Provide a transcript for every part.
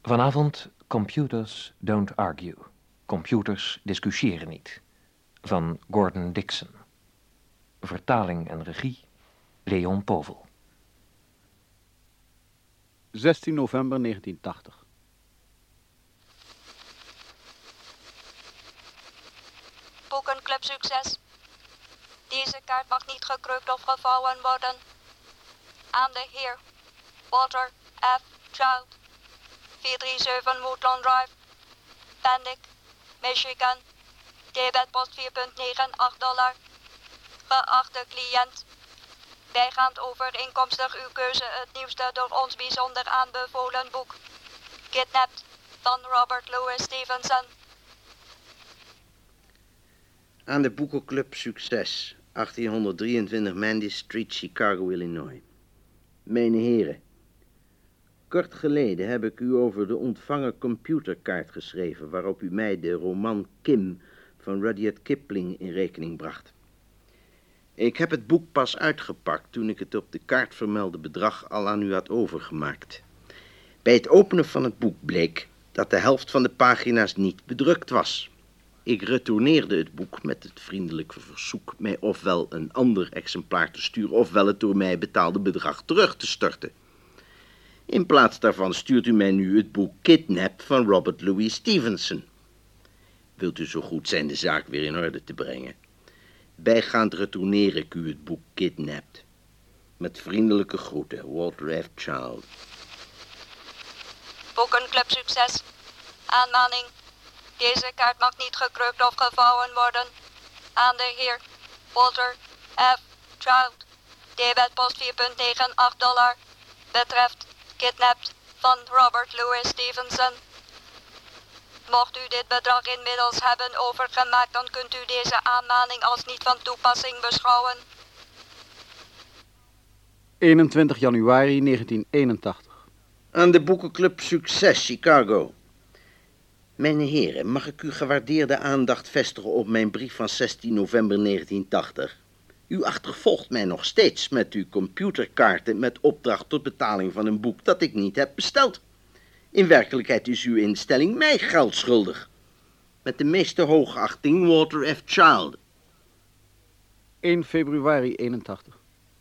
Vanavond Computers Don't Argue. Computers discussiëren niet. Van Gordon Dickson. Vertaling en regie Leon Povel. 16 november 1980. Boekenclub succes. Deze kaart mag niet gekrukt of gevouwen worden. Aan de heer Walter F. Child, 437 Woodlawn Drive, Pandic, Michigan. Debetpost $4.98. Geachte cliënt, bijgaand overeenkomstig uw keuze het nieuwste door ons bijzonder aanbevolen boek Kidnapped van Robert Louis Stevenson. Aan de Boekenclub succes, 1823 Mandy Street, Chicago, Illinois. Mijn heren, kort geleden heb ik u over de ontvangen computerkaart geschreven, waarop u mij de roman Kim van Rudyard Kipling in rekening bracht. Ik heb het boek pas uitgepakt toen ik het op de kaart vermelde bedrag al aan u had overgemaakt. Bij het openen van het boek bleek dat de helft van de pagina's niet bedrukt was. Ik retourneerde het boek met het vriendelijke verzoek mij ofwel een ander exemplaar te sturen, ofwel het door mij betaalde bedrag terug te storten. In plaats daarvan stuurt u mij nu het boek Kidnapped van Robert Louis Stevenson. Wilt u zo goed zijn de zaak weer in orde te brengen? Bijgaand retourneer ik u het boek Kidnapped. Met vriendelijke groeten, Walter F. Child. Boekenclub succes. Aanmaning. Deze kaart mag niet gekrukt of gevouwen worden. Aan de heer Walter F. Child. Debetpost $4.98. Betreft Kidnapped van Robert Louis Stevenson. Mocht u dit bedrag inmiddels hebben overgemaakt, dan kunt u deze aanmaning als niet van toepassing beschouwen. 21 januari 1981. Aan de Boekenclub succes, Chicago. Mijn heren, mag ik uw gewaardeerde aandacht vestigen op mijn brief van 16 november 1980? U achtervolgt mij nog steeds met uw computerkaarten met opdracht tot betaling van een boek dat ik niet heb besteld. In werkelijkheid is uw instelling mij geld schuldig. Met de meeste hoogachting, Walter F. Child. 1 februari 81.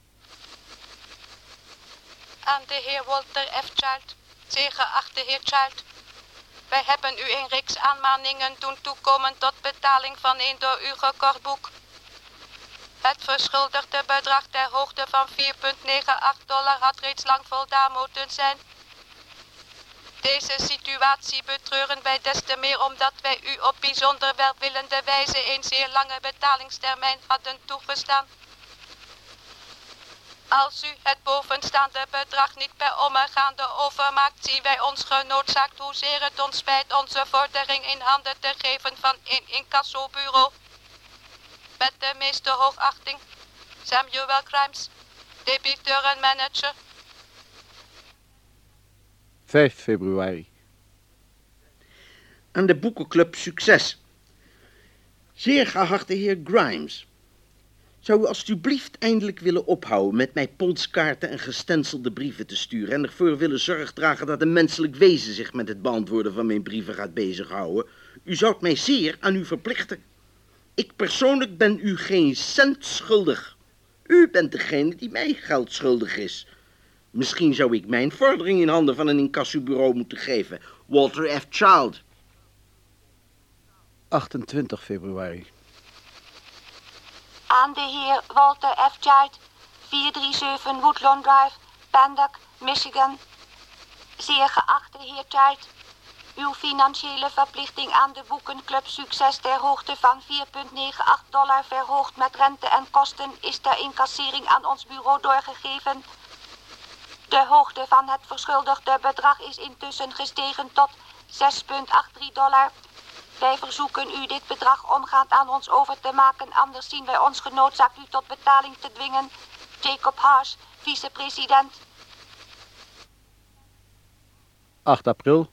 Aan de heer Walter F. Child. Zeer geachte heer Child. Wij hebben u een reeks aanmaningen doen toekomen tot betaling van een door u gekocht boek. Het verschuldigde bedrag ter hoogte van $4.98 had reeds lang voldaan moeten zijn. Deze situatie betreuren wij des te meer omdat wij u op bijzonder welwillende wijze een zeer lange betalingstermijn hadden toegestaan. Als u het bovenstaande bedrag niet per omgaande overmaakt, zien wij ons genoodzaakt hoezeer het ons spijt onze vordering in handen te geven van een incassobureau. Met de meeste hoogachting, Samuel Grimes, debiteur en manager. 5 februari. Aan de Boekenclub succes. Zeer geachte heer Grimes. Zou u alstublieft eindelijk willen ophouden met mij postkaarten en gestencelde brieven te sturen en ervoor willen zorg dragen dat een menselijk wezen zich met het beantwoorden van mijn brieven gaat bezighouden? U zoudt mij zeer aan u verplichten. Ik persoonlijk ben u geen cent schuldig. U bent degene die mij geld schuldig is. Misschien zou ik mijn vordering in handen van een incassobureau moeten geven. Walter F. Child. 28 februari. Aan de heer Walter F. Child, 437 Woodlawn Drive, Pandic, Michigan. Zeer geachte heer Child, uw financiële verplichting aan de Boekenclub succes ter hoogte van $4.98 verhoogd met rente en kosten is ter incassering aan ons bureau doorgegeven. De hoogte van het verschuldigde bedrag is intussen gestegen tot $6.83. Wij verzoeken u dit bedrag omgaand aan ons over te maken, anders zien wij ons genoodzaakt u tot betaling te dwingen. Jacob Harsh, vicepresident. 8 april.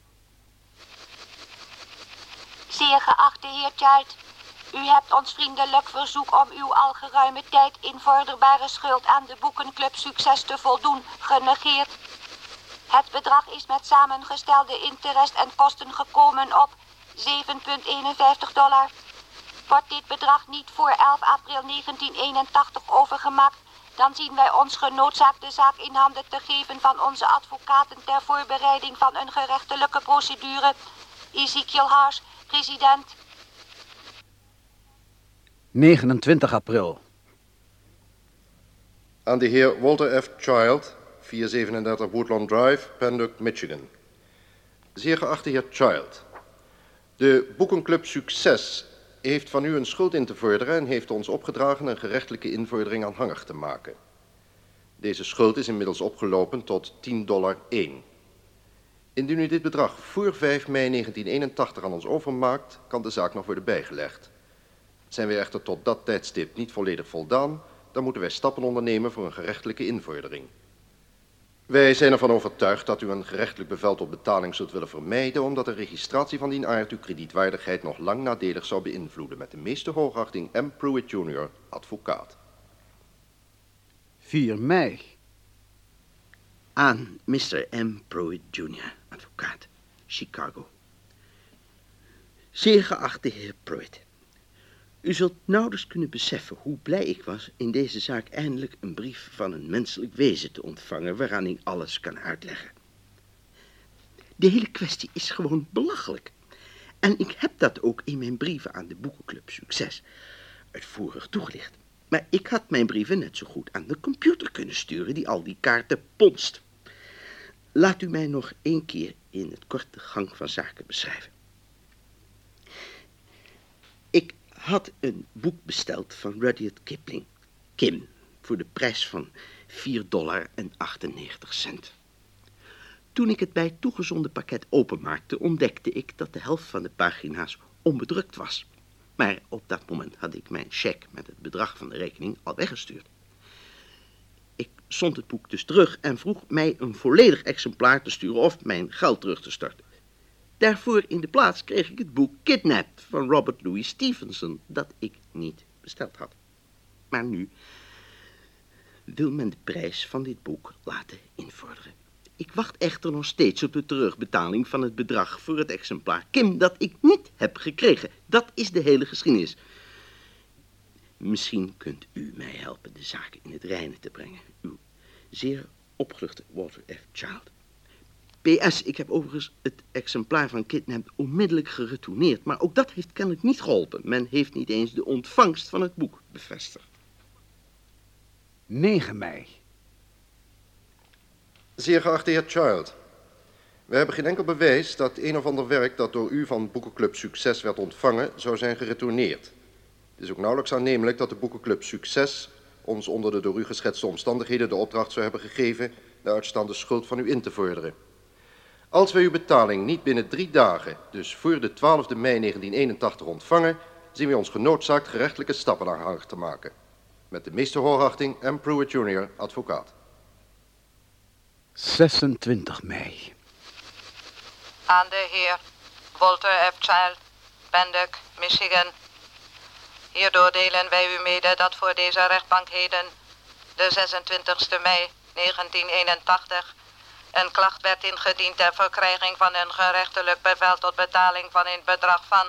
Zeer geachte heer Child, u hebt ons vriendelijk verzoek om uw al geruime tijd invorderbare schuld aan de Boekenclub succes te voldoen genegeerd. Het bedrag is met samengestelde interest en kosten gekomen op $7,51. Wordt dit bedrag niet voor 11 april 1981 overgemaakt, dan zien wij ons genoodzaakt de zaak in handen te geven van onze advocaten ter voorbereiding van een gerechtelijke procedure. Ezekiel Haas, president. 29 april. Aan de heer Walter F. Child, 437 Woodlawn Drive, Panduck, Michigan. Zeer geachte heer Child, de Boekenclub Succes heeft van u een schuld in te vorderen en heeft ons opgedragen een gerechtelijke invordering aanhangig te maken. Deze schuld is inmiddels opgelopen tot $10.1. Indien u dit bedrag voor 5 mei 1981 aan ons overmaakt, kan de zaak nog worden bijgelegd. Zijn wij echter tot dat tijdstip niet volledig voldaan, dan moeten wij stappen ondernemen voor een gerechtelijke invordering. Wij zijn ervan overtuigd dat u een gerechtelijk bevel tot betaling zult willen vermijden, omdat de registratie van die aard uw kredietwaardigheid nog lang nadelig zou beïnvloeden. Met de meeste hoogachting, M. Pruitt Jr., advocaat. 4 mei. Aan Mr. M. Pruitt Jr., advocaat, Chicago. Zeer geachte heer Pruitt, u zult nauwelijks kunnen beseffen hoe blij ik was in deze zaak eindelijk een brief van een menselijk wezen te ontvangen waaraan ik alles kan uitleggen. De hele kwestie is gewoon belachelijk. En ik heb dat ook in mijn brieven aan de Boekenclub Succes uitvoerig toegelicht. Maar ik had mijn brieven net zo goed aan de computer kunnen sturen die al die kaarten ponst. Laat u mij nog 1 keer in het kort de gang van zaken beschrijven. Ik had een boek besteld van Rudyard Kipling, Kim, voor de prijs van $4,98. Toen ik het bij het toegezonden pakket openmaakte, ontdekte ik dat de helft van de pagina's onbedrukt was. Maar op dat moment had ik mijn cheque met het bedrag van de rekening al weggestuurd. Ik zond het boek dus terug en vroeg mij een volledig exemplaar te sturen of mijn geld terug te storten. Daarvoor in de plaats kreeg ik het boek Kidnapped van Robert Louis Stevenson, dat ik niet besteld had. Maar nu wil men de prijs van dit boek laten invorderen. Ik wacht echter nog steeds op de terugbetaling van het bedrag voor het exemplaar Kim dat ik niet heb gekregen. Dat is de hele geschiedenis. Misschien kunt u mij helpen de zaken in het reine te brengen. Uw zeer opgeluchte Walter F. Child. PS, ik heb overigens het exemplaar van Kidnapped onmiddellijk geretourneerd, maar ook dat heeft kennelijk niet geholpen. Men heeft niet eens de ontvangst van het boek bevestigd. 9 mei. Zeer geachte heer Child, we hebben geen enkel bewijs dat een of ander werk dat door u van Boekenclub Succes werd ontvangen zou zijn geretourneerd. Het is ook nauwelijks aannemelijk dat de Boekenclub Succes ons onder de door u geschetste omstandigheden de opdracht zou hebben gegeven de uitstaande schuld van u in te vorderen. Als wij uw betaling niet binnen 3 dagen, dus voor de 12e mei 1981 ontvangen, zien wij ons genoodzaakt gerechtelijke stappen aanhangig te maken. Met de meeste hoogachting, M. Pruitt Jr., advocaat. 26 mei. Aan de heer Walter F. Child, Panduck, Michigan. Hierdoor delen wij u mede dat voor deze rechtbank heden, de 26 mei 1981, een klacht werd ingediend ter verkrijging van een gerechtelijk bevel tot betaling van een bedrag van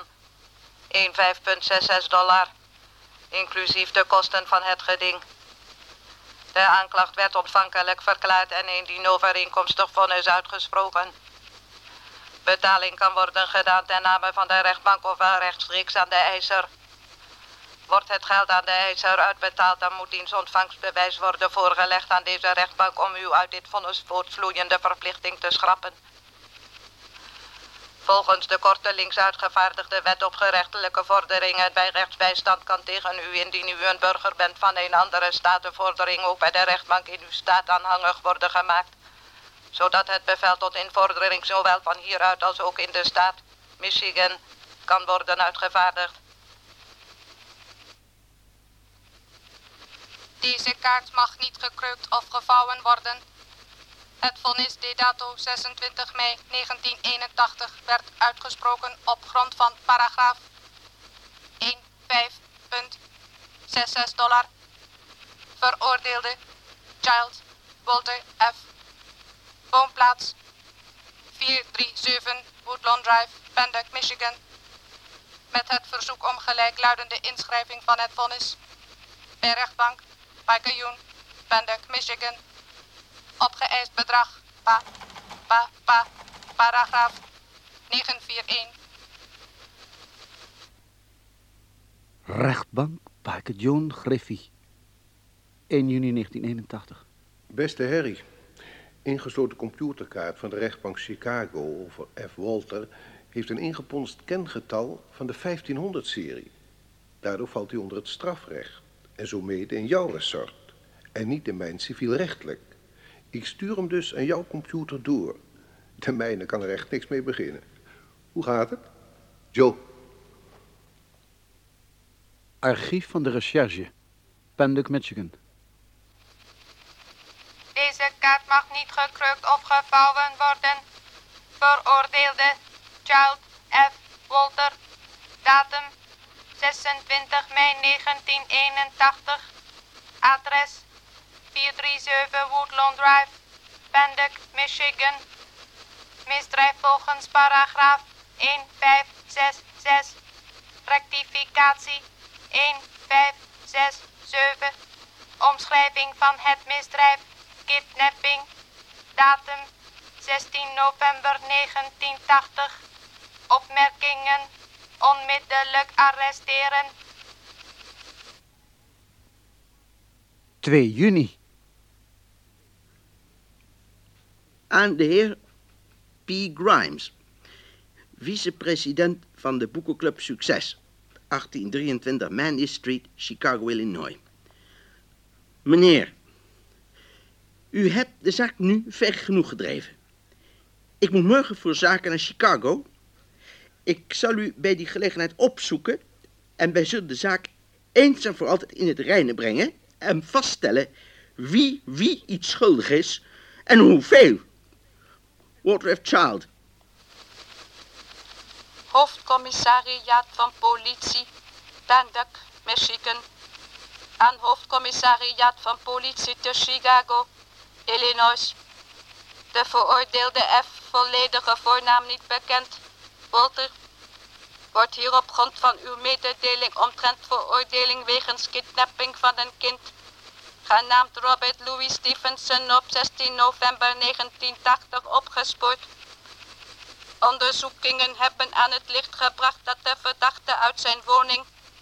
$1,5,66, inclusief de kosten van het geding. De aanklacht werd ontvankelijk verklaard en indien overeenkomstig vonnis uitgesproken. Betaling kan worden gedaan ten name van de rechtbank of wel rechtstreeks aan de eisser. Wordt het geld aan de eisser uitbetaald, dan moet diens ontvangstbewijs worden voorgelegd aan deze rechtbank om u uit dit vonnis voortvloeiende verplichting te schrappen. Volgens de kortelings uitgevaardigde wet op gerechtelijke vorderingen bij rechtsbijstand kan tegen u, indien u een burger bent van een andere staat, de vordering ook bij de rechtbank in uw staat aanhangig worden gemaakt, zodat het bevel tot invordering zowel van hieruit als ook in de staat Michigan kan worden uitgevaardigd. Deze kaart mag niet gekreukt of gevouwen worden. Het vonnis de dato 26 mei 1981 werd uitgesproken op grond van paragraaf $1,5,66. Veroordeelde Child Walter F. woonplaats 437 Woodlawn Drive, Panduck, Michigan. Met het verzoek om gelijkluidende inschrijving van het vonnis. Bij rechtbank, Pikeyoon, Panduck, Michigan. Opgeëist bedrag, paragraaf 941. Rechtbank, Pikeyoon, Griffie. 1 juni 1981. Beste Harry, ingesloten computerkaart van de rechtbank Chicago over F. Walter heeft een ingeponst kengetal van de 1500-serie. Daardoor valt hij onder het strafrecht en zo mede in jouw ressort en niet in mijn civielrechtelijk. Ik stuur hem dus aan jouw computer door. De mijne kan er echt niks mee beginnen. Hoe gaat het? Joe. Archief van de recherche, Panduck, Michigan. Deze kaart mag niet gekrukt of gevouwen worden. Veroordeelde Child F. Walter. Datum 26 mei 1981. Adres 437 Woodlawn Drive, Panduck, Michigan. Misdrijf volgens paragraaf 1566. Rectificatie 1567. Omschrijving van het misdrijf kidnapping. Datum 16 november 1980. Opmerkingen. Onmiddellijk arresteren. 2 juni. Aan de heer P. Grimes, vicepresident van de boekenclub Succes, 1823 Mandy Street, Chicago, Illinois. Meneer, u hebt de zaak nu ver genoeg gedreven. Ik moet morgen voor zaken naar Chicago. Ik zal u bij die gelegenheid opzoeken en wij zullen de zaak eens en voor altijd in het reine brengen en vaststellen wie iets schuldig is en hoeveel. Walter F. Child. Hoofdcommissariaat van politie, Panduck, Michigan. Aan hoofdcommissariaat van politie te Chicago, Illinois. De veroordeelde F. volledige voornaam niet bekend. Walter wordt hier op grond van uw mededeling omtrent veroordeling wegens kidnapping van een kind, genaamd Robert Louis Stevenson, op 16 november 1980 opgespoord. Onderzoekingen hebben aan het licht gebracht dat de verdachte uit zijn woning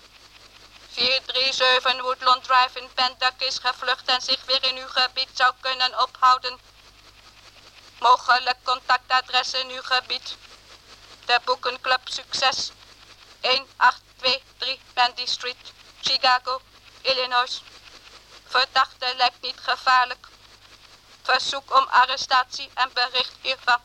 437 Woodlawn Drive in Panduck is gevlucht en zich weer in uw gebied zou kunnen ophouden. Mogelijk contactadres in uw gebied. De boekenclub Succes, 1823 Mandy Street, Chicago, Illinois. Verdachte lijkt niet gevaarlijk. Verzoek om arrestatie en bericht hiervan.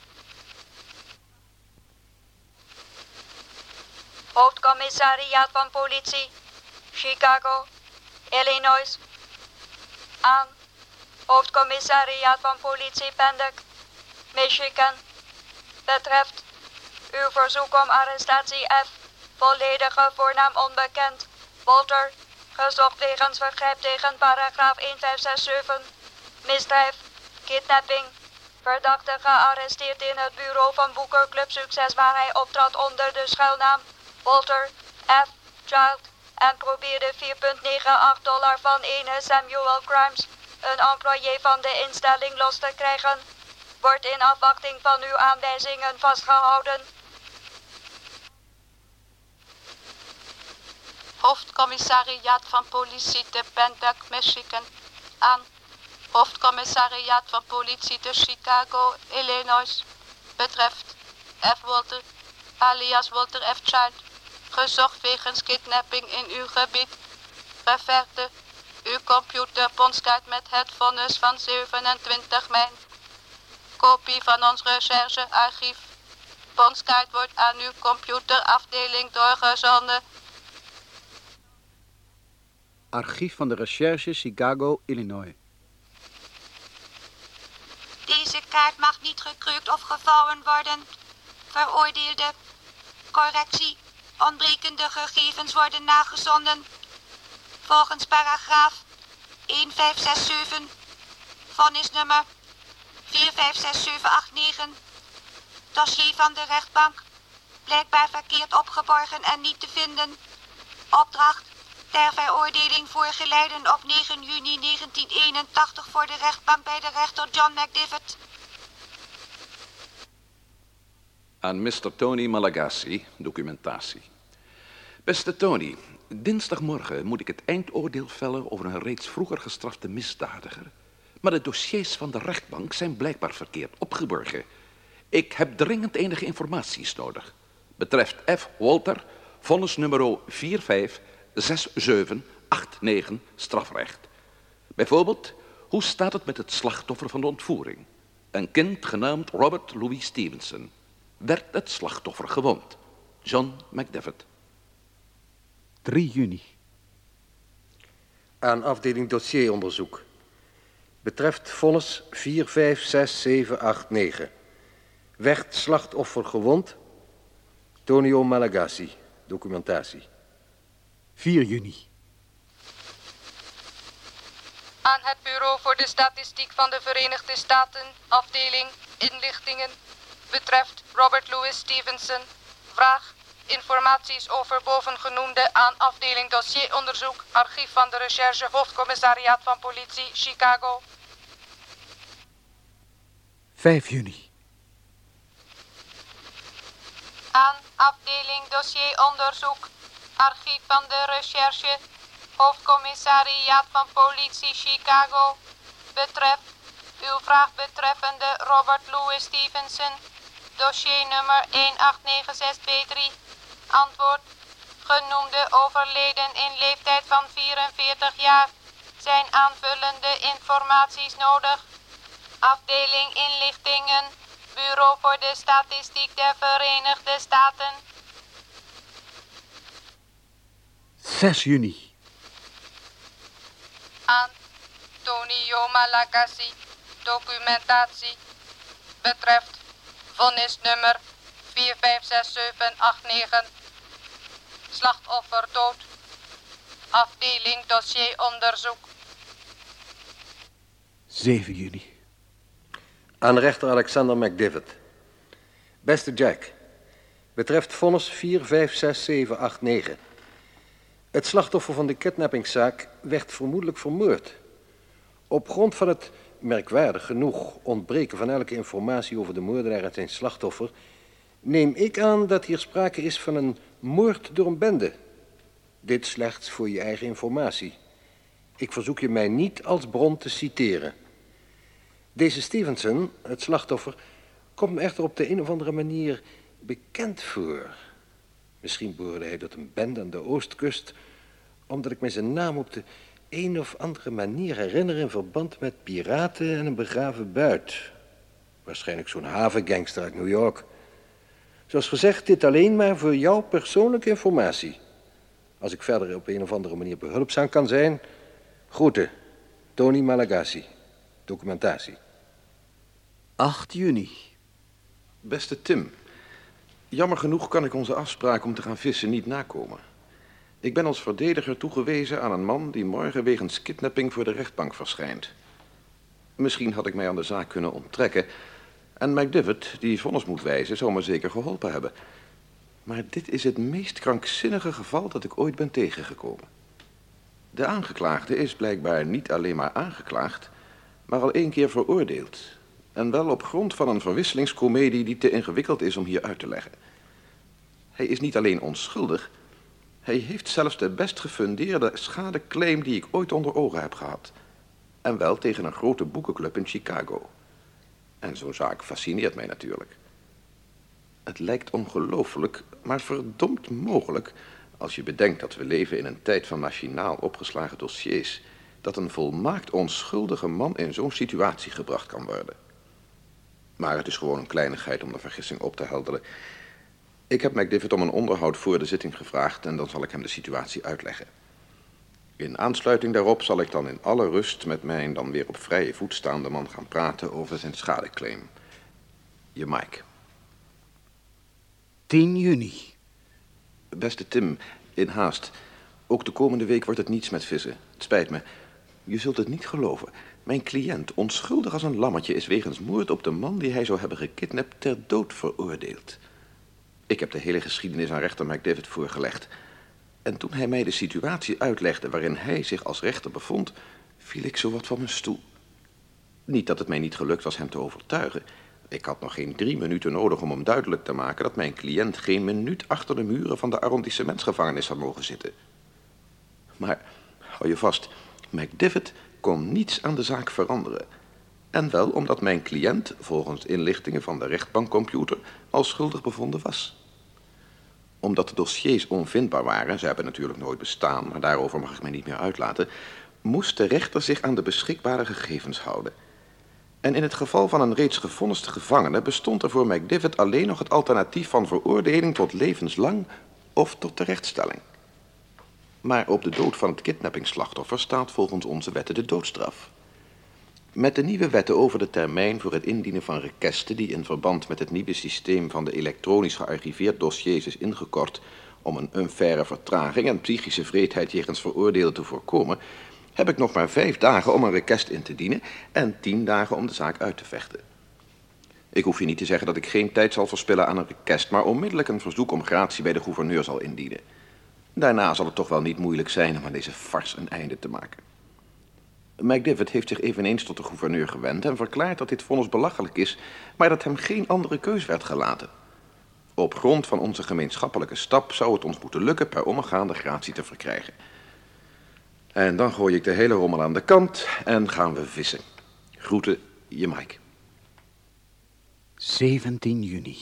Hoofdcommissariaat van politie, Chicago, Illinois. Aan Hoofdcommissariaat van politie, Panduck, Michigan. Betreft uw verzoek om arrestatie F. Volledige voornaam onbekend. Walter, gezocht wegens vergrijp tegen paragraaf 1567. Misdrijf, kidnapping. Verdachte gearresteerd in het bureau van boekenclub Succes waar hij optrad onder de schuilnaam Walter F. Child en probeerde $4,98 van ene Samuel Grimes, een employé van de instelling, los te krijgen. Wordt in afwachting van uw aanwijzingen vastgehouden. Hoofdcommissariaat van politie te Panduck, Michigan. Aan Hoofdcommissariaat van politie te Chicago, Illinois. Betreft F. Walter, alias Walter F. Child. Gezocht wegens kidnapping in uw gebied. Reverte uw computer ponskaart met het vonnis van 27 mei. Kopie van ons recherchearchief. Ponskaart wordt aan uw computerafdeling doorgezonden. Archief van de recherche, Chicago, Illinois. Deze kaart mag niet gekrukt of gevouwen worden. Veroordeelde. Correctie. Ontbrekende gegevens worden nagezonden. Volgens paragraaf 1567. Vonnisnummer 456789. Dossier van de rechtbank. Blijkbaar verkeerd opgeborgen en niet te vinden. Opdracht. Ter veroordeling voorgeleiden op 9 juni 1981 voor de rechtbank bij de rechter John McDivitt. Aan Mr. Tony Malagasy, documentatie. Beste Tony, dinsdagmorgen moet ik het eindoordeel vellen over een reeds vroeger gestrafte misdadiger. Maar de dossiers van de rechtbank zijn blijkbaar verkeerd opgeborgen. Ik heb dringend enige informaties nodig. Betreft F. Walter, vonnis nummer 456789 strafrecht. Bijvoorbeeld, hoe staat het met het slachtoffer van de ontvoering? Een kind genaamd Robert Louis Stevenson. Werd het slachtoffer gewond? John McDivitt. 3 juni. Aan afdeling dossieronderzoek. Betreft vonnis 456789. Werd slachtoffer gewond? Tonio Malagasy, documentatie. 4 juni. Aan het Bureau voor de Statistiek van de Verenigde Staten, afdeling inlichtingen, betreft Robert Louis Stevenson. Vraag: informaties over bovengenoemde aan afdeling dossieronderzoek, archief van de recherche, hoofdcommissariaat van politie, Chicago. 5 juni. Aan afdeling dossieronderzoek, archief van de recherche, hoofdcommissariaat van politie Chicago. Betreft uw vraag betreffende Robert Louis Stevenson, dossier nummer 1896B3. Antwoord: genoemde overleden in leeftijd van 44 jaar. Zijn aanvullende informaties nodig? Afdeling inlichtingen, Bureau voor de Statistiek der Verenigde Staten. 6 juni. Aan Tonio Malagasy, documentatie, betreft vonnis nummer 456789. Slachtoffer dood. Afdeling dossieronderzoek. 7 juni. Aan rechter Alexander McDivitt. Beste Jack. Betreft vonnis 456789. Het slachtoffer van de kidnappingszaak werd vermoedelijk vermoord. Op grond van het, merkwaardig genoeg, ontbreken van elke informatie over de moordenaar en zijn slachtoffer, neem ik aan dat hier sprake is van een moord door een bende. Dit slechts voor je eigen informatie. Ik verzoek je mij niet als bron te citeren. Deze Stevenson, het slachtoffer, komt me echter op de een of andere manier bekend voor. Misschien behoorde hij tot een bende aan de oostkust, omdat ik me zijn naam op de een of andere manier herinner in verband met piraten en een begraven buit. Waarschijnlijk zo'n havengangster uit New York. Zoals gezegd, dit alleen maar voor jouw persoonlijke informatie. Als ik verder op een of andere manier behulpzaam kan zijn, groeten. Tony Malagasy, documentatie. 8 juni. Beste Tim, jammer genoeg kan ik onze afspraak om te gaan vissen niet nakomen. Ik ben als verdediger toegewezen aan een man die morgen wegens kidnapping voor de rechtbank verschijnt. Misschien had ik mij aan de zaak kunnen onttrekken en McDivitt, die vonnis moet wijzen, zou me zeker geholpen hebben. Maar dit is het meest krankzinnige geval dat ik ooit ben tegengekomen. De aangeklaagde is blijkbaar niet alleen maar aangeklaagd, maar al 1 keer veroordeeld. En wel op grond van een verwisselingscomedie die te ingewikkeld is om hier uit te leggen. Hij is niet alleen onschuldig, hij heeft zelfs de best gefundeerde schadeclaim die ik ooit onder ogen heb gehad. En wel tegen een grote boekenclub in Chicago. En zo'n zaak fascineert mij natuurlijk. Het lijkt ongelooflijk, maar verdomd mogelijk, als je bedenkt dat we leven in een tijd van machinaal opgeslagen dossiers, dat een volmaakt onschuldige man in zo'n situatie gebracht kan worden. Maar het is gewoon een kleinigheid om de vergissing op te helderen. Ik heb McDivitt om een onderhoud voor de zitting gevraagd en dan zal ik hem de situatie uitleggen. In aansluiting daarop zal ik dan in alle rust met mijn dan weer op vrije voet staande man gaan praten over zijn schadeclaim. Je Mike. 10 juni. Beste Tim, in haast. Ook de komende week wordt het niets met vissen. Het spijt me. Je zult het niet geloven. Mijn cliënt, onschuldig als een lammetje, is wegens moord op de man die hij zou hebben gekidnapt ter dood veroordeeld. Ik heb de hele geschiedenis aan rechter McDivitt voorgelegd. En toen hij mij de situatie uitlegde waarin hij zich als rechter bevond, viel ik zowat van mijn stoel. Niet dat het mij niet gelukt was hem te overtuigen. Ik had nog geen 3 minuten nodig om hem duidelijk te maken dat mijn cliënt geen minuut achter de muren van de arrondissementsgevangenis had mogen zitten. Maar, hou je vast, McDivitt kon niets aan de zaak veranderen. En wel omdat mijn cliënt, volgens inlichtingen van de rechtbankcomputer, al schuldig bevonden was. Omdat de dossiers onvindbaar waren, ze hebben natuurlijk nooit bestaan, maar daarover mag ik mij niet meer uitlaten, moest de rechter zich aan de beschikbare gegevens houden. En in het geval van een reeds gevonniste gevangene bestond er voor McDivitt alleen nog het alternatief van veroordeling tot levenslang of tot terechtstelling. Maar op de dood van het kidnappingsslachtoffer staat volgens onze wetten de doodstraf. Met de nieuwe wetten over de termijn voor het indienen van requesten die in verband met het nieuwe systeem van de elektronisch gearchiveerd dossiers is ingekort om een unfaire vertraging en psychische wreedheid jegens veroordeelden te voorkomen, heb ik nog maar 5 dagen om een request in te dienen en 10 dagen om de zaak uit te vechten. Ik hoef je niet te zeggen dat ik geen tijd zal verspillen aan een request, maar onmiddellijk een verzoek om gratie bij de gouverneur zal indienen. Daarna zal het toch wel niet moeilijk zijn om aan deze farce een einde te maken. McDivitt heeft zich eveneens tot de gouverneur gewend en verklaart dat dit vonnis belachelijk is, maar dat hem geen andere keus werd gelaten. Op grond van onze gemeenschappelijke stap zou het ons moeten lukken per omgaande gratie te verkrijgen. En dan gooi ik de hele rommel aan de kant en gaan we vissen. Groeten, je Mike. 17 juni.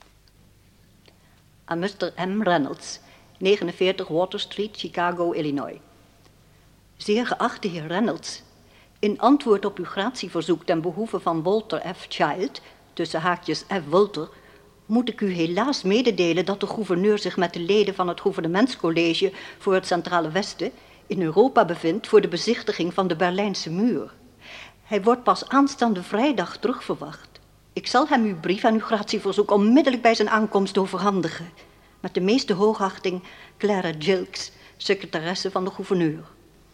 Aan Mr. M. Reynolds, 49 Water Street, Chicago, Illinois. Zeer geachte heer Reynolds, in antwoord op uw gratieverzoek ten behoeve van Walter F. Child, tussen haakjes F. Walter, moet ik u helaas mededelen dat de gouverneur zich met de leden van het gouvernementscollege voor het Centrale Westen in Europa bevindt voor de bezichtiging van de Berlijnse muur. Hij wordt pas aanstaande vrijdag terugverwacht. Ik zal hem uw brief en uw gratieverzoek onmiddellijk bij zijn aankomst overhandigen. Met de meeste hoogachting, Clara Gilkes, secretaresse van de gouverneur.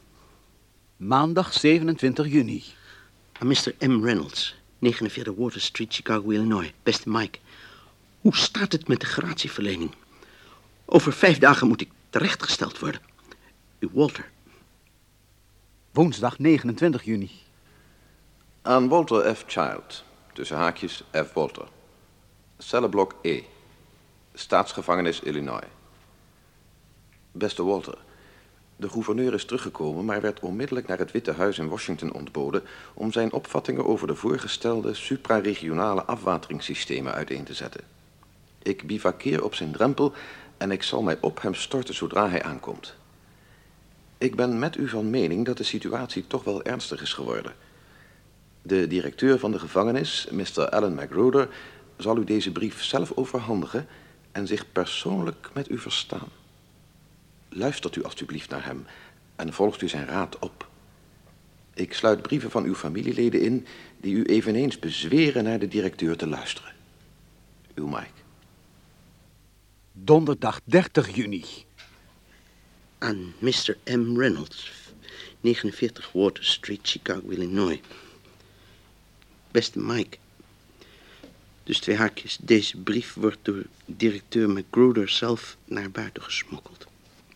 Maandag 27 juni. Aan Mr. M. Reynolds, 49 Water Street, Chicago, Illinois. Beste Mike, hoe staat het met de gratieverlening? Over 5 dagen moet ik terechtgesteld worden. Uw Walter. Woensdag 29 juni. Aan Walter F. Child, tussen haakjes F. Walter. Cellenblok E. Staatsgevangenis Illinois. Beste Walter, de gouverneur is teruggekomen, maar werd onmiddellijk naar het Witte Huis in Washington ontboden om zijn opvattingen over de voorgestelde supraregionale afwateringssystemen uiteen te zetten. Ik bivakkeer op zijn drempel en ik zal mij op hem storten zodra hij aankomt. Ik ben met u van mening dat de situatie toch wel ernstig is geworden. De directeur van de gevangenis, Mr. Alan Magruder, zal u deze brief zelf overhandigen en zich persoonlijk met u verstaan. Luistert u alstublieft naar hem en volgt u zijn raad op. Ik sluit brieven van uw familieleden in die u eveneens bezweren naar de directeur te luisteren. Uw Mike. Donderdag 30 juni. Aan Mr. M. Reynolds, 49 Water Street, Chicago, Illinois. Beste Mike, dus 2 haakjes, deze brief wordt door directeur Magruder zelf naar buiten gesmokkeld.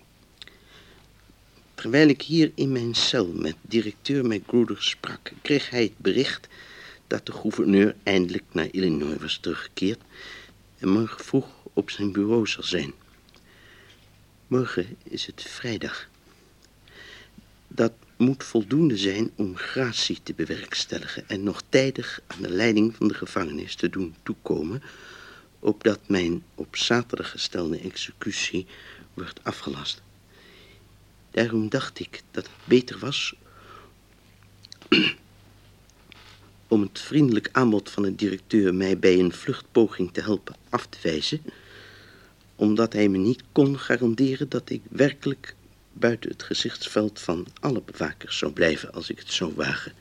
Terwijl ik hier in mijn cel met directeur Magruder sprak, kreeg hij het bericht dat de gouverneur eindelijk naar Illinois was teruggekeerd en morgen vroeg op zijn bureau zal zijn. Morgen is het vrijdag. Dat moet voldoende zijn om gratie te bewerkstelligen en nog tijdig aan de leiding van de gevangenis te doen toekomen, opdat mijn op zaterdag gestelde executie wordt afgelast. Daarom dacht ik dat het beter was om het vriendelijk aanbod van de directeur mij bij een vluchtpoging te helpen af te wijzen, omdat hij me niet kon garanderen dat ik werkelijk buiten het gezichtsveld van alle bewakers zou blijven als ik het zou wagen.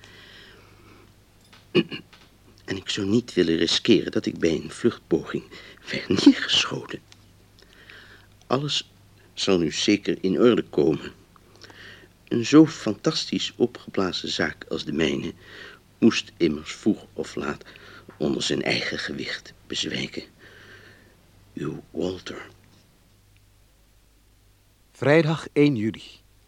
En ik zou niet willen riskeren dat ik bij een vluchtpoging werd neergeschoten. Alles zal nu zeker in orde komen. Een zo fantastisch opgeblazen zaak als de mijne moest immers vroeg of laat onder zijn eigen gewicht bezwijken. Uw Walter. Vrijdag 1 juli.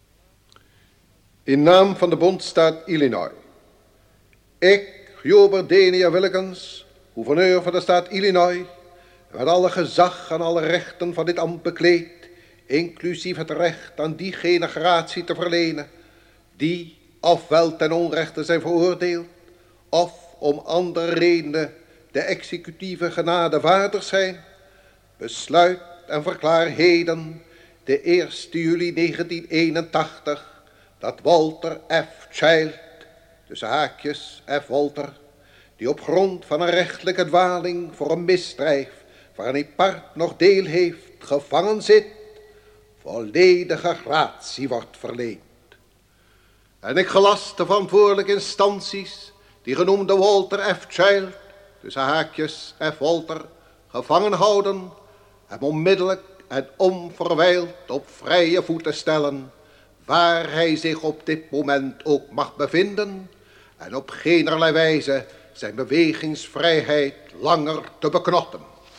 In naam van de Bondstaat Illinois. Ik, Hubert Denia Wilkins, gouverneur van de staat Illinois, met alle gezag en alle rechten van dit ambt bekleed, inclusief het recht aan diegene gratie te verlenen, die ofwel ten onrechte zijn veroordeeld, of om andere redenen de executieve genade waardig zijn, besluit en verklaar heden, de 1 juli 1981, dat Walter F. Child, tussen haakjes F. Walter, die op grond van een rechtelijke dwaling voor een misdrijf waarin hij part nog deel heeft, gevangen zit, volledige gratie wordt verleend. En ik gelast de verantwoordelijke instanties die genoemde Walter F. Child, tussen haakjes F. Walter, gevangen houden, hem onmiddellijk en onverwijld op vrije voeten stellen, waar hij zich op dit moment ook mag bevinden, en op geenerlei wijze zijn bewegingsvrijheid langer te beknotten.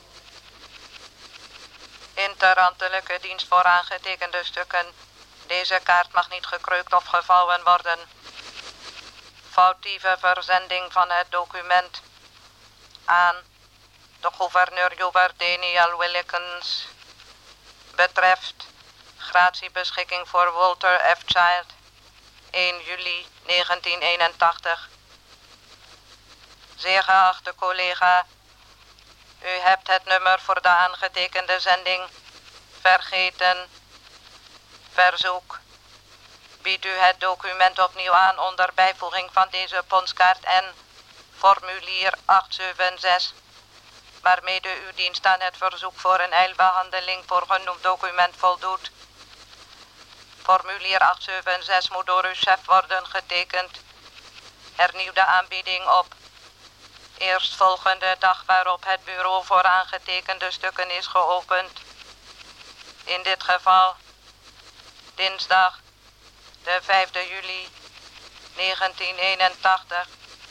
In ter ambtelijke dienst voor aangetekende stukken. Deze kaart mag niet gekreukt of gevouwen worden. Foutieve verzending van het document aan de gouverneur Hubert Daniel Wilkins betreft gratiebeschikking voor Walter F. Child 1 juli 1981. Zeer geachte collega, u hebt het nummer voor de aangetekende zending vergeten. Verzoek. Biedt u het document opnieuw aan onder bijvoeging van deze ponskaart en formulier 876, waarmede uw dienst aan het verzoek voor een eilbehandeling voor genoemd document voldoet. Formulier 876 moet door uw chef worden getekend. Hernieuw de aanbieding op eerstvolgende dag waarop het bureau voor aangetekende stukken is geopend. In dit geval dinsdag de 5e juli 1981.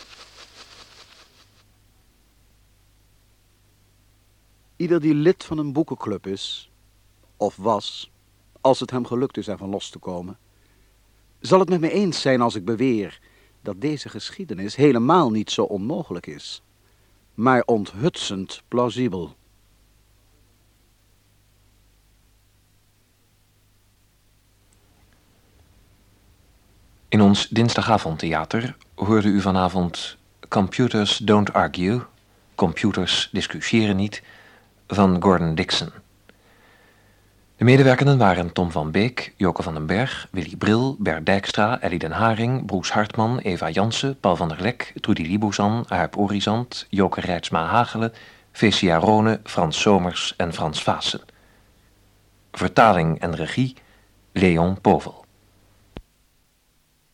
Ieder die lid van een boekenclub is, of was, als het hem gelukt is ervan los te komen, zal het met me eens zijn als ik beweer dat deze geschiedenis helemaal niet zo onmogelijk is, maar onthutsend plausibel. In ons dinsdagavondtheater hoorde u vanavond Computers Don't Argue, Computers Discussiëren Niet, van Gordon Dickson. De medewerkenden waren Tom van Beek, Joke van den Berg, Willy Bril, Bert Dijkstra, Ellie den Haring, Broes Hartman, Eva Jansen, Paul van der Lek, Trudy Libouzan, Huip Orizant, Joke Reitsma-Hagelen, Fecia Rone, Frans Somers en Frans Vaassen. Vertaling en regie Leon Povel.